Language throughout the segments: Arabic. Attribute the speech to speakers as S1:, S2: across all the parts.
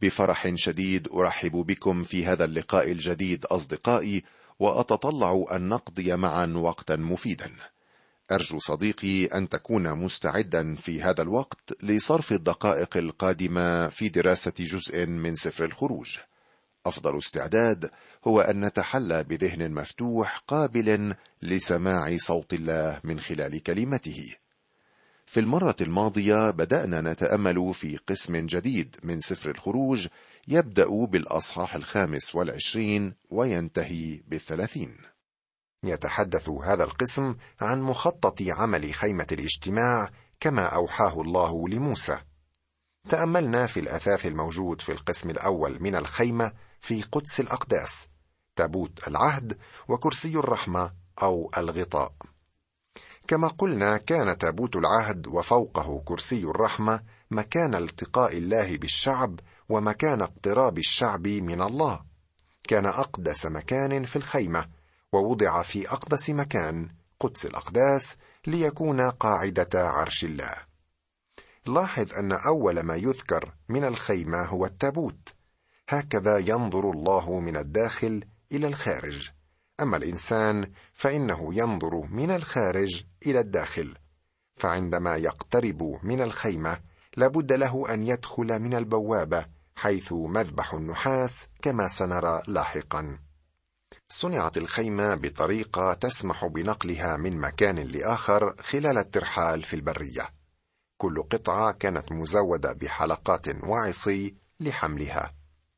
S1: بفرح شديد أرحب بكم في هذا اللقاء الجديد أصدقائي، وأتطلع أن نقضي معا وقتا مفيدا. أرجو صديقي أن تكون مستعدا في هذا الوقت لصرف الدقائق القادمة في دراسة جزء من سفر الخروج. أفضل استعداد هو أن نتحلى بذهن مفتوح قابل لسماع صوت الله من خلال كلمته. في المرة الماضية بدأنا نتأمل في قسم جديد من سفر الخروج يبدأ بالأصحاح 25 وينتهي 30.
S2: يتحدث هذا القسم عن مخطط عمل خيمة الاجتماع كما أوحاه الله لموسى. تأملنا في الأثاث الموجود في القسم الأول من الخيمة في قدس الأقداس، تابوت العهد وكرسي الرحمة أو الغطاء. كما قلنا، كان تابوت العهد وفوقه كرسي الرحمة مكان التقاء الله بالشعب ومكان اقتراب الشعب من الله. كان أقدس مكان في الخيمة، ووضع في أقدس مكان قدس الأقداس ليكون قاعدة عرش الله. لاحظ أن أول ما يذكر من الخيمة هو التابوت. هكذا ينظر الله من الداخل إلى الخارج، أما الإنسان فإنه ينظر من الخارج إلى الداخل. فعندما يقترب من الخيمة لابد له أن يدخل من البوابة، حيث مذبح النحاس كما سنرى لاحقا. صنعت الخيمة بطريقة تسمح بنقلها من مكان لآخر خلال الترحال في البرية. كل قطعة كانت مزودة بحلقات وعصي لحملها.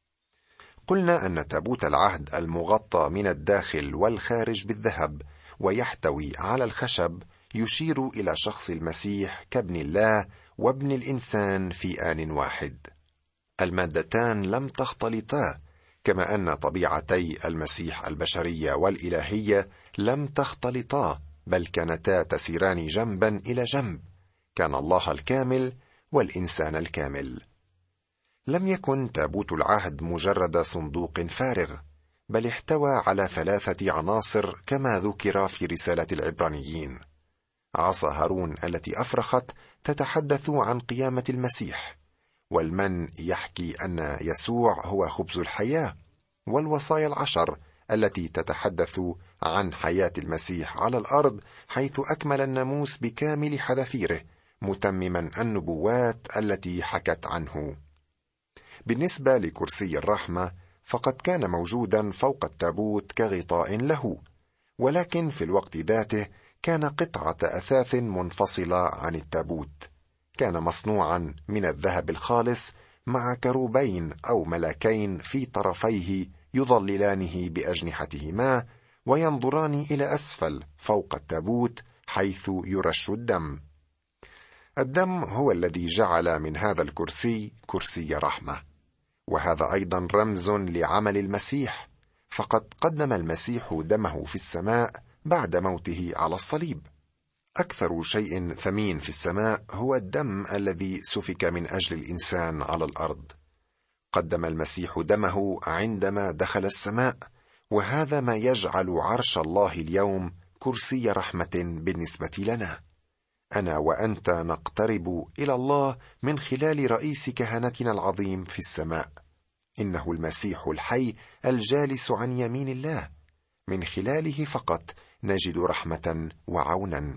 S2: قلنا أن تابوت العهد المغطى من الداخل والخارج بالذهب ويحتوي على الخشب يشير إلى شخص المسيح كابن الله وابن الإنسان في آن واحد. المادتان لم تختلطا، كما أن طبيعتي المسيح البشرية والإلهية لم تختلطا، بل كانتا تسيران جنبا إلى جنب. كان الله الكامل والإنسان الكامل. لم يكن تابوت العهد مجرد صندوق فارغ، بل احتوى على 3 عناصر كما ذكر في رسالة العبرانيين. عصا هارون التي أفرخت تتحدث عن قيامة المسيح، والمن يحكي أن يسوع هو خبز الحياة، والوصايا 10 التي تتحدث عن حياة المسيح على الأرض، حيث أكمل الناموس بكامل حذافيره متمما النبوات التي حكت عنه. بالنسبة لكرسي الرحمة فقد كان موجودا فوق التابوت كغطاء له، ولكن في الوقت ذاته كان قطعة أثاث منفصلة عن التابوت. كان مصنوعا من الذهب الخالص مع كروبين أو ملاكين في طرفيه يظللانه بأجنحتهما وينظران إلى أسفل فوق التابوت حيث يرش الدم. الدم هو الذي جعل من هذا الكرسي كرسي رحمة، وهذا أيضا رمز لعمل المسيح، فقد قدم المسيح دمه في السماء بعد موته على الصليب. أكثر شيء ثمين في السماء هو الدم الذي سفك من أجل الإنسان على الأرض. قدم المسيح دمه عندما دخل السماء، وهذا ما يجعل عرش الله اليوم كرسي رحمة بالنسبة لنا. أنا وأنت نقترب إلى الله من خلال رئيس كهنتنا العظيم في السماء. إنه المسيح الحي الجالس عن يمين الله. من خلاله فقط نجد رحمة وعونا.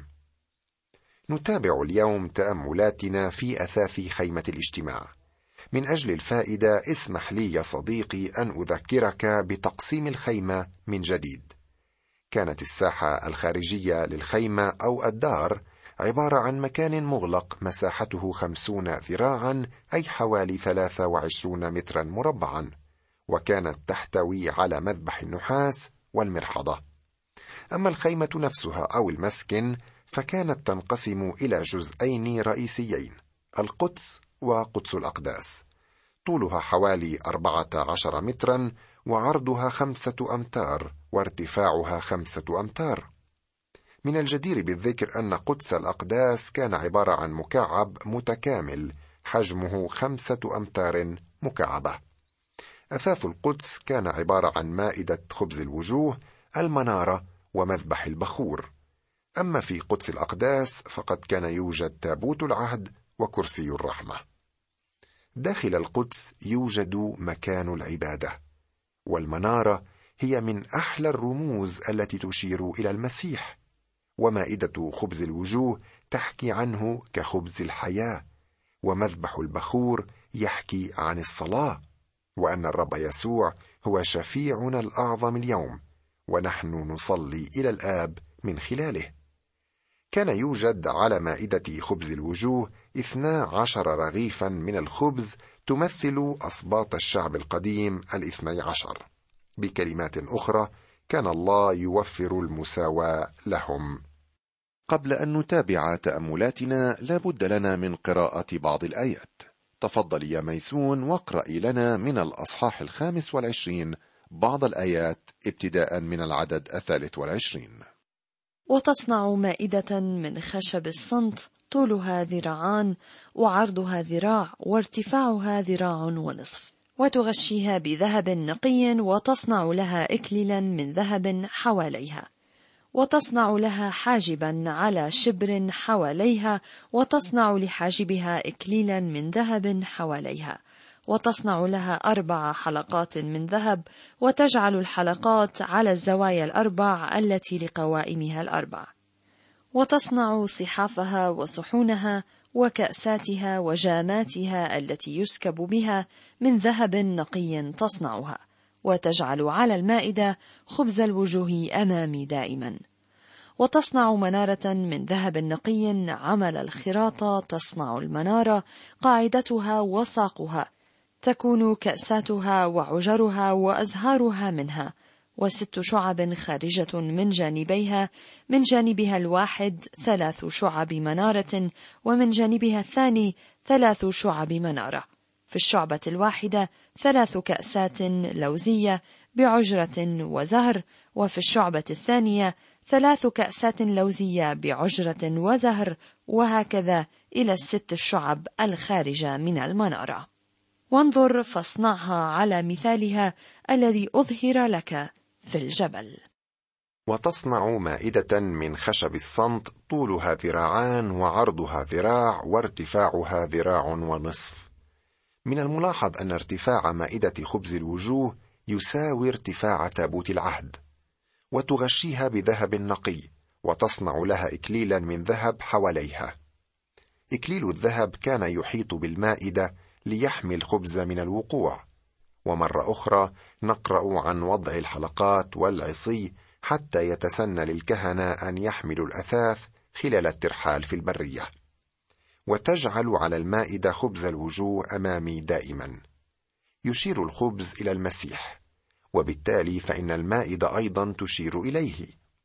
S2: نتابع اليوم تأملاتنا في أثاث خيمة الاجتماع. من أجل الفائدة اسمح لي يا صديقي أن أذكرك بتقسيم الخيمة من جديد. كانت الساحة الخارجية للخيمة أو الدار عبارة عن مكان مغلق مساحته 50 ذراعا، أي حوالي 23 مترا مربعا، وكانت تحتوي على مذبح النحاس والمرحضة. أما الخيمة نفسها أو المسكن فكانت تنقسم إلى جزئين رئيسيين، القدس وقدس الأقداس. طولها حوالي 14 مترا، وعرضها 5 أمتار، وارتفاعها 5 أمتار. من الجدير بالذكر أن قدس الأقداس كان عبارة عن مكعب متكامل حجمه 5 أمتار مكعبة. أثاث القدس كان عبارة عن مائدة خبز الوجوه، المنارة، ومذبح البخور. أما في قدس الأقداس فقد كان يوجد تابوت العهد وكرسي الرحمة. داخل القدس يوجد مكان العبادة، والمنارة هي من أحلى الرموز التي تشير إلى المسيح، ومائدة خبز الوجوه تحكي عنه كخبز الحياة، ومذبح البخور يحكي عن الصلاة، وأن الرب يسوع هو شفيعنا الأعظم اليوم، ونحن نصلي إلى الآب من خلاله. كان يوجد على مائدة خبز الوجوه 12 رغيفا من الخبز تمثل أسباط الشعب القديم 12. بكلمات أخرى، كان الله يوفر المساواة لهم.
S1: قبل أن نتابع تأملاتنا لابد لنا من قراءة بعض الآيات. تفضل يا ميسون واقرأي لنا من الأصحاح 25 بعض الآيات ابتداء من العدد 23.
S3: وتصنع مائدة من خشب الصمت طولها 2 ذراعان وعرضها 1 ذراع وارتفاعها 1.5 ذراع، وتغشيها بذهب نقي وتصنع لها إكليلا من ذهب حواليها، وتصنع لها حاجبا على شبر حواليها، وتصنع لحاجبها إكليلا من ذهب حواليها، وتصنع لها 4 حلقات من ذهب، وتجعل الحلقات على الزوايا 4 التي لقوائمها 4، وتصنع صحافها وصحونها وكأساتها وجاماتها التي يسكب بها من ذهب نقي تصنعها، وتجعل على المائدة خبز الوجوه أمامي دائما. وتصنع منارة من ذهب نقي عمل الخراطة، تصنع المنارة قاعدتها وساقها، تكون كأساتها وعجرها وأزهارها منها، و6 شعب خارجة من جانبيها، من جانبها الواحد 3 شعب منارة، ومن جانبها الثاني 3 شعب منارة. في الشعبة الواحدة 3 كأسات لوزية بعجرة وزهر، وفي الشعبة الثانية 3 كأسات لوزية بعجرة وزهر، وهكذا إلى 6 الشعب الخارجة من المنارة. وانظر فاصنعها على مثالها الذي أظهر لك في الجبل.
S2: وتصنع مائدة من خشب الصمت طولها 2 ذراعان وعرضها 1 ذراع وارتفاعها 1.5 ذراع. من الملاحظ أن ارتفاع مائدة خبز الوجوه يساوي ارتفاع تابوت العهد، وتغشيها بذهب نقي، وتصنع لها إكليلا من ذهب حواليها. إكليل الذهب كان يحيط بالمائدة ليحمي الخبز من الوقوع. ومرة أخرى نقرأ عن وضع الحلقات والعصي حتى يتسنى للكهنة أن يحملوا الأثاث خلال الترحال في البرية. وتجعل على المائدة خبز الوجوه أمامي دائما. يشير الخبز إلى المسيح، وبالتالي فإن المائدة أيضا تشير إليه.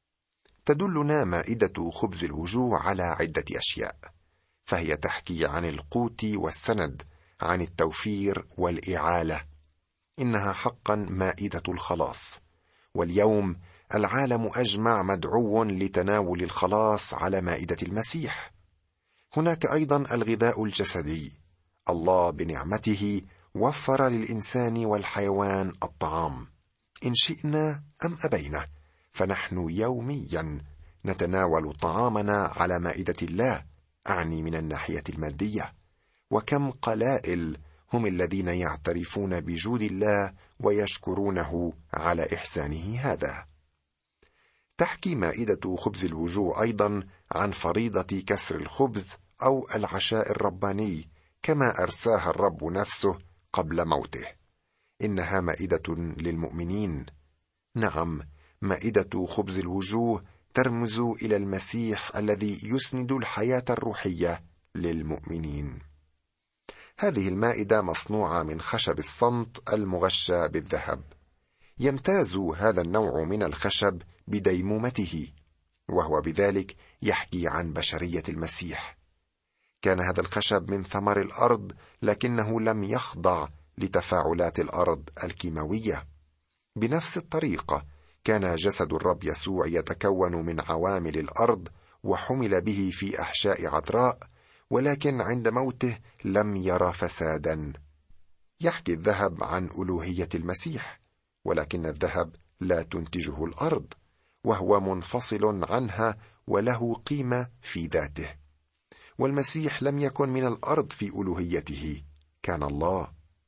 S2: تدلنا مائدة خبز الوجوه على عدة أشياء، فهي تحكي عن القوت والسند، عن التوفير والإعالة. إنها حقا مائدة الخلاص، واليوم العالم أجمع مدعو لتناول الخلاص على مائدة المسيح. هناك أيضا الغذاء الجسدي. الله بنعمته وفر للإنسان والحيوان الطعام، إن شئنا أم أبينا، فنحن يوميا نتناول طعامنا على مائدة الله، أعني من الناحية المادية. وكم قلائل هم الذين يعترفون بجود الله ويشكرونه على إحسانه هذا. تحكي مائدة خبز الوجوه أيضا عن فريضة كسر الخبز أو العشاء الرباني، كما أرساها الرب نفسه قبل موته. إنها مائدة للمؤمنين. نعم، مائدة خبز الوجوه ترمز إلى المسيح الذي يسند الحياة الروحية للمؤمنين. هذه المائدة مصنوعة من خشب الصمت المغشى بالذهب. يمتاز هذا النوع من الخشب بديمومته، وهو بذلك يحكي عن بشرية المسيح. كان هذا الخشب من ثمر الأرض، لكنه لم يخضع لتفاعلات الأرض الكيماوية. بنفس الطريقة كان جسد الرب يسوع يتكون من عوامل الأرض، وحمل به في أحشاء عذراء، ولكن عند موته لم يرى فسادا. يحكي الذهب عن ألوهية المسيح، ولكن الذهب لا تنتجه الأرض، وهو منفصل عنها وله قيمة في ذاته. والمسيح لم يكن من الأرض في ألوهيته، كان الله.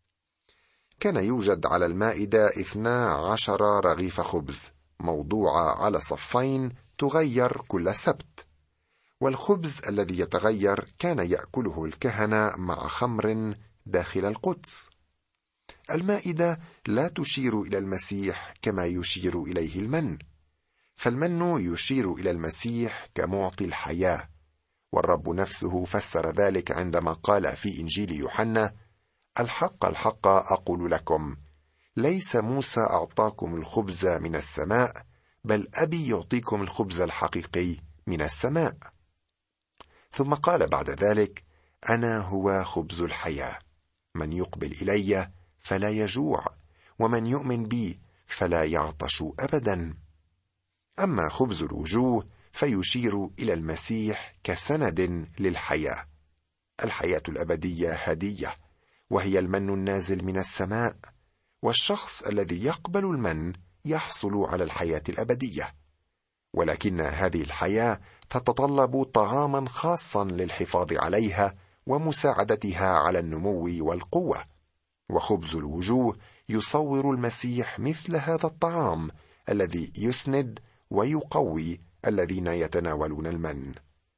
S2: كان يوجد على المائدة 12 رغيف خبز موضوعة على صفين تغير كل سبت، والخبز الذي يتغير كان يأكله الكهنة مع خمر داخل القدس. المائدة لا تشير إلى المسيح كما يشير إليه المن، فالمن يشير إلى المسيح كمعطي الحياة، والرب نفسه فسر ذلك عندما قال في إنجيل يوحنا: الحق الحق أقول لكم، ليس موسى أعطاكم الخبز من السماء، بل أبي يعطيكم الخبز الحقيقي من السماء. ثم قال بعد ذلك: أنا هو خبز الحياة، من يقبل إلي فلا يجوع، ومن يؤمن بي فلا يعطش أبدا. أما خبز الوجوه فيشير إلى المسيح كسند للحياة. الحياة الأبدية هدية، وهي المن النازل من السماء، والشخص الذي يقبل المن يحصل على الحياة الأبدية. ولكن هذه الحياة تتطلب طعاما خاصا للحفاظ عليها ومساعدتها على النمو والقوة، وخبز الوجوه يصور المسيح مثل هذا الطعام الذي يسند ويقوي الذين يتناولون المن.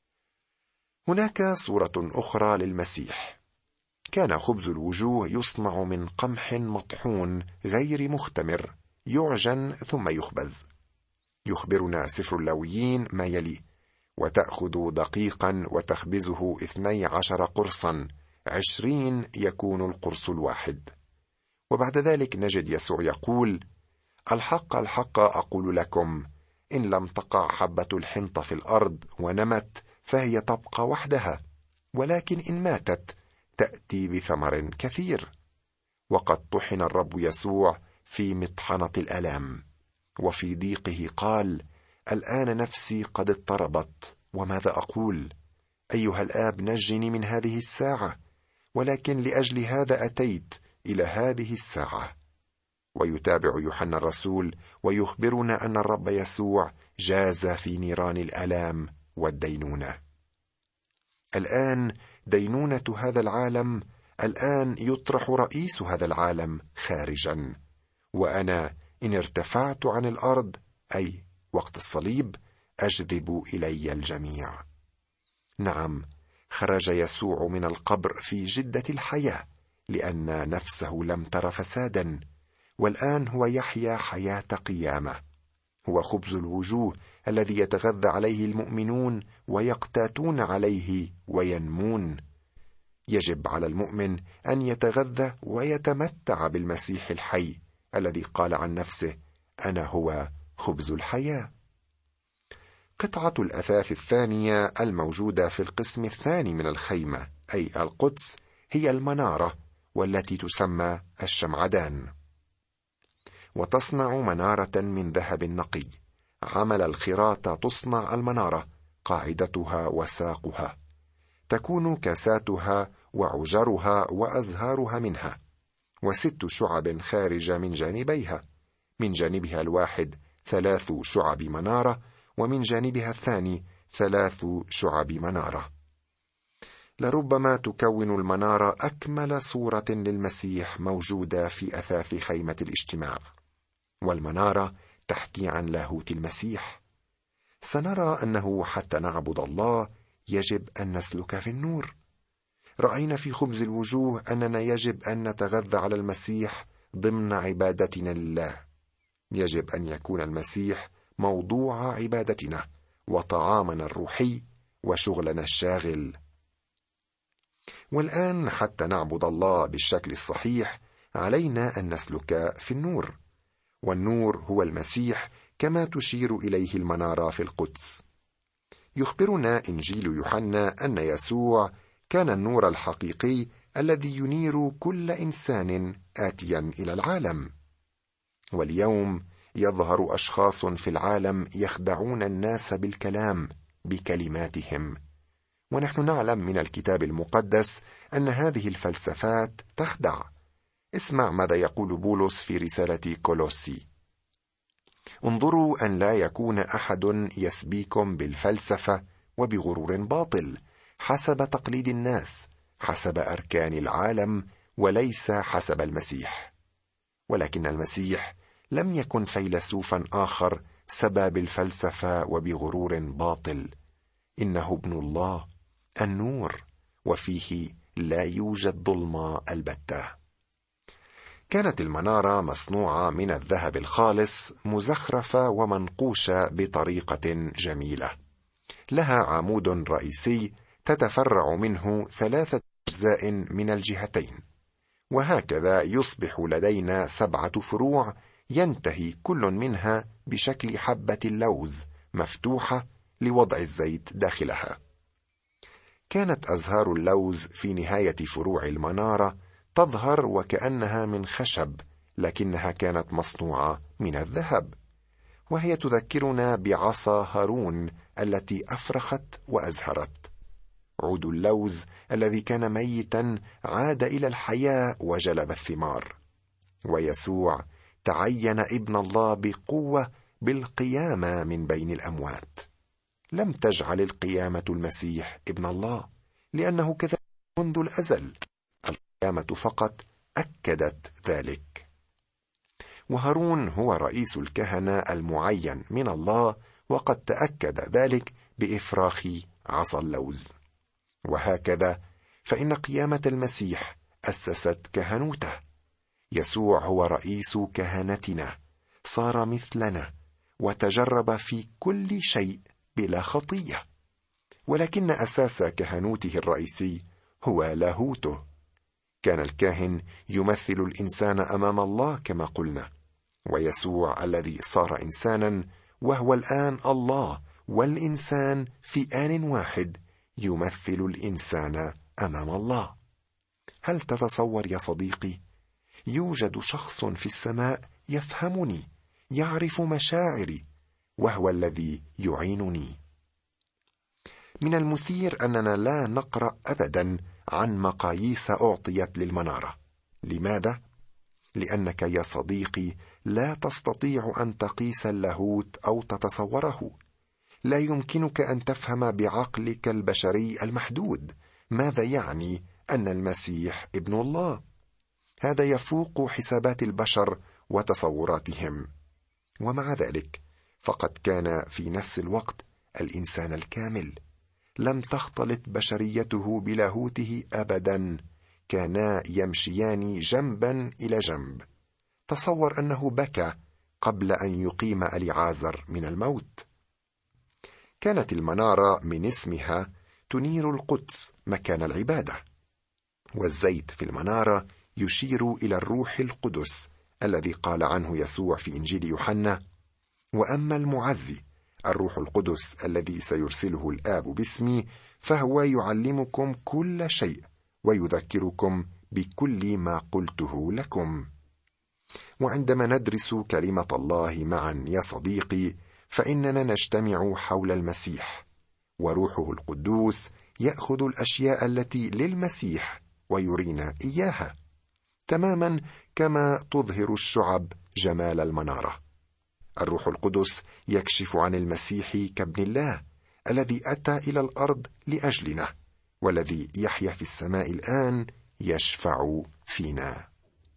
S2: هناك صورة أخرى للمسيح. كان خبز الوجوه يصنع من قمح مطحون غير مختمر، يعجن ثم يخبز. يخبرنا سفر اللاويين ما يلي: وتأخذ دقيقا وتخبزه 12 قرصا، 20 يكون القرص الواحد. وبعد ذلك نجد يسوع يقول: الحق الحق أقول لكم، إن لم تقع حبة الحنطة في الأرض ونمت فهي تبقى وحدها، ولكن إن ماتت تأتي بثمر كثير. وقد طحن الرب يسوع في مطحنة الآلام، وفي ضيقه قال: الآن نفسي قد اضطربت، وماذا أقول؟ أيها الآب نجني من هذه الساعة، ولكن لأجل هذا أتيت إلى هذه الساعة. ويتابع يوحنا الرسول ويخبرنا أن الرب يسوع جاز في نيران الآلام والدينونة. الآن دينونة هذا العالم، الآن يطرح رئيس هذا العالم خارجا، وأنا إن ارتفعت عن الأرض، أي وقت الصليب، أجذب إلي الجميع. نعم، خرج يسوع من القبر في جدة الحياة، لأن نفسه لم تر فسادا، والآن هو يحيا حياة قيامة. هو خبز الوجوه الذي يتغذى عليه المؤمنون ويقتاتون عليه وينمون. يجب على المؤمن أن يتغذى ويتمتع بالمسيح الحي الذي قال عن نفسه: أنا هو خبز الحياة. قطعة الأثاث الثانية الموجودة في القسم الثاني من الخيمة، أي القدس، هي المنارة، والتي تسمى الشمعدان. وتصنع منارة من ذهب نقي. عمل الخراطة تصنع المنارة، قاعدتها وساقها. تكون كاساتها وعجرها وأزهارها منها، 6 شعب خارجة من جانبيها، من جانبها الواحد 3 شعب منارة، ومن جانبها الثاني 3 شعب منارة. لربما تكون المنارة أكمل صورة للمسيح موجودة في أثاث خيمة الاجتماع، والمنارة تحكي عن لاهوت المسيح. سنرى أنه حتى نعبد الله يجب أن نسلك في النور. رأينا في خبز الوجوه أننا يجب أن نتغذى على المسيح ضمن عبادتنا لله. يجب أن يكون المسيح موضوع عبادتنا وطعامنا الروحي وشغلنا الشاغل. والآن حتى نعبد الله بالشكل الصحيح علينا أن نسلك في النور، والنور هو المسيح كما تشير إليه المنارة في القدس. يخبرنا إنجيل يوحنا أن يسوع كان النور الحقيقي الذي ينير كل إنسان آتيا إلى العالم. واليوم يظهر أشخاص في العالم يخدعون الناس بالكلام، بكلماتهم، ونحن نعلم من الكتاب المقدس أن هذه الفلسفات تخدع. اسمع ماذا يقول بولس في رسالة كولوسي: انظروا أن لا يكون أحد يسبيكم بالفلسفة وبغرور باطل، حسب تقليد الناس، حسب أركان العالم وليس حسب المسيح. ولكن المسيح لم يكن فيلسوفا آخر سبى بالفلسفة وبغرور باطل. إنه ابن الله النور، وفيه لا يوجد ظلمة البتة. كانت المنارة مصنوعة من الذهب الخالص، مزخرفة ومنقوشة بطريقة جميلة. لها عمود رئيسي تتفرع منه 3 أجزاء من الجهتين، وهكذا يصبح لدينا 7 فروع ينتهي كل منها بشكل حبة اللوز مفتوحة لوضع الزيت داخلها. كانت أزهار اللوز في نهاية فروع المنارة تظهر وكأنها من خشب، لكنها كانت مصنوعة من الذهب، وهي تذكرنا بعصا هارون التي أفرخت وأزهرت. عود اللوز الذي كان ميتا عاد إلى الحياة وجلب الثمار. ويسوع تعين ابن الله بقوة بالقيامة من بين الأموات. لم تجعل القيامة المسيح ابن الله، لأنه كذلك منذ الأزل. القيامة فقط أكدت ذلك. وهارون هو رئيس الكهنة المعين من الله، وقد تأكد ذلك بإفراخ عصا اللوز. وهكذا فإن قيامة المسيح أسست كهنوته. يسوع هو رئيس كهنتنا، صار مثلنا وتجرب في كل شيء بلا خطية. ولكن أساس كهنوته الرئيسي هو لاهوته. كان الكاهن يمثل الإنسان أمام الله كما قلنا، ويسوع الذي صار إنسانا وهو الآن الله والإنسان في آن واحد يمثل الإنسان أمام الله. هل تتصور يا صديقي؟ يوجد شخص في السماء يفهمني، يعرف مشاعري، وهو الذي يعينني. من المثير أننا لا نقرأ أبدا عن مقاييس أعطيت للمنارة. لماذا؟ لأنك يا صديقي لا تستطيع أن تقيس اللاهوت أو تتصوره. لا يمكنك أن تفهم بعقلك البشري المحدود ماذا يعني أن المسيح ابن الله. هذا يفوق حسابات البشر وتصوراتهم. ومع ذلك فقد كان في نفس الوقت الإنسان الكامل. لم تختلط بشريته بلاهوته أبدا. كانا يمشيان جنبا إلى جنب. تصور أنه بكى قبل أن يقيم أليعازر من الموت. كانت المنارة من اسمها تنير القدس مكان العبادة، والزيت في المنارة يشير إلى الروح القدس الذي قال عنه يسوع في إنجيل يوحنا: وأما المعزي الروح القدس الذي سيرسله الآب باسمي فهو يعلمكم كل شيء ويذكركم بكل ما قلته لكم. وعندما ندرس كلمة الله معا يا صديقي، فإننا نجتمع حول المسيح، وروحه القدوس يأخذ الأشياء التي للمسيح ويرينا إياها، تماما كما تظهر الشعب جمال المنارة. الروح القدس يكشف عن المسيح كابن الله الذي أتى إلى الأرض لأجلنا، والذي يحيا في السماء الآن يشفع فينا.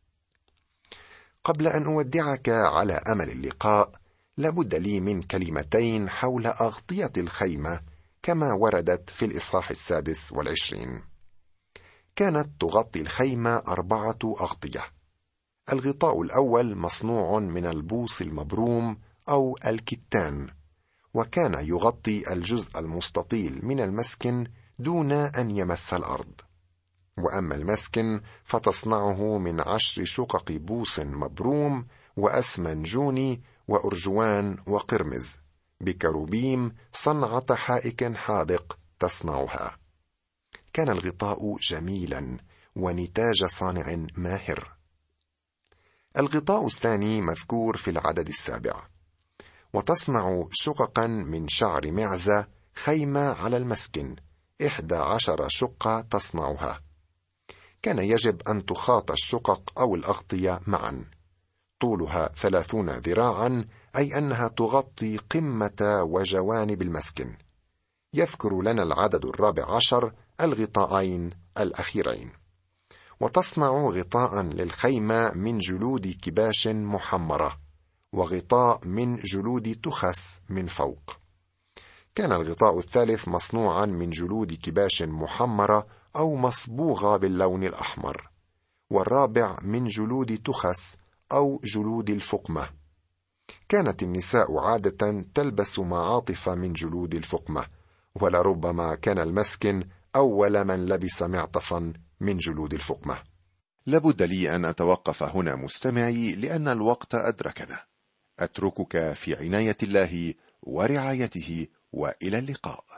S2: قبل أن أودعك على أمل اللقاء، لابد لي من كلمتين حول أغطية الخيمة كما وردت في الإصحاح 26. كانت تغطي الخيمة 4 أغطية. الغطاء الأول مصنوع من البوص المبروم أو الكتان، وكان يغطي الجزء المستطيل من المسكن دون أن يمس الأرض. وأما المسكن فتصنعه من 10 شقق بوص مبروم وأسمنجوني وأرجوان وقرمز، بكروبيم صنعة حائك حاذق تصنعها. كان الغطاء جميلا ونتاج صانع ماهر. الغطاء الثاني مذكور في العدد 7، وتصنع شققا من شعر معزة خيمة على المسكن، 11 شقة تصنعها. كان يجب أن تخاط الشقق أو الأغطية معا. طولها 30 ذراعا، أي أنها تغطي قمة وجوانب المسكن. يذكر لنا العدد 14 الغطاءين الأخيرين. وتصنع غطاء للخيمة من جلود كباش محمرة، وغطاء من جلود تخس من فوق. كان الغطاء الثالث مصنوعا من جلود كباش محمرة أو مصبوغة باللون الأحمر، والرابع من جلود تخس أو جلود الفقمة. كانت النساء عادة تلبس معاطف من جلود الفقمة، ولربما كان المسكن أول من لبس معطفا من جلود الفقمة.
S1: لابد لي أن أتوقف هنا مستمعي، لأن الوقت أدركنا. أتركك في عناية الله ورعايته، وإلى اللقاء.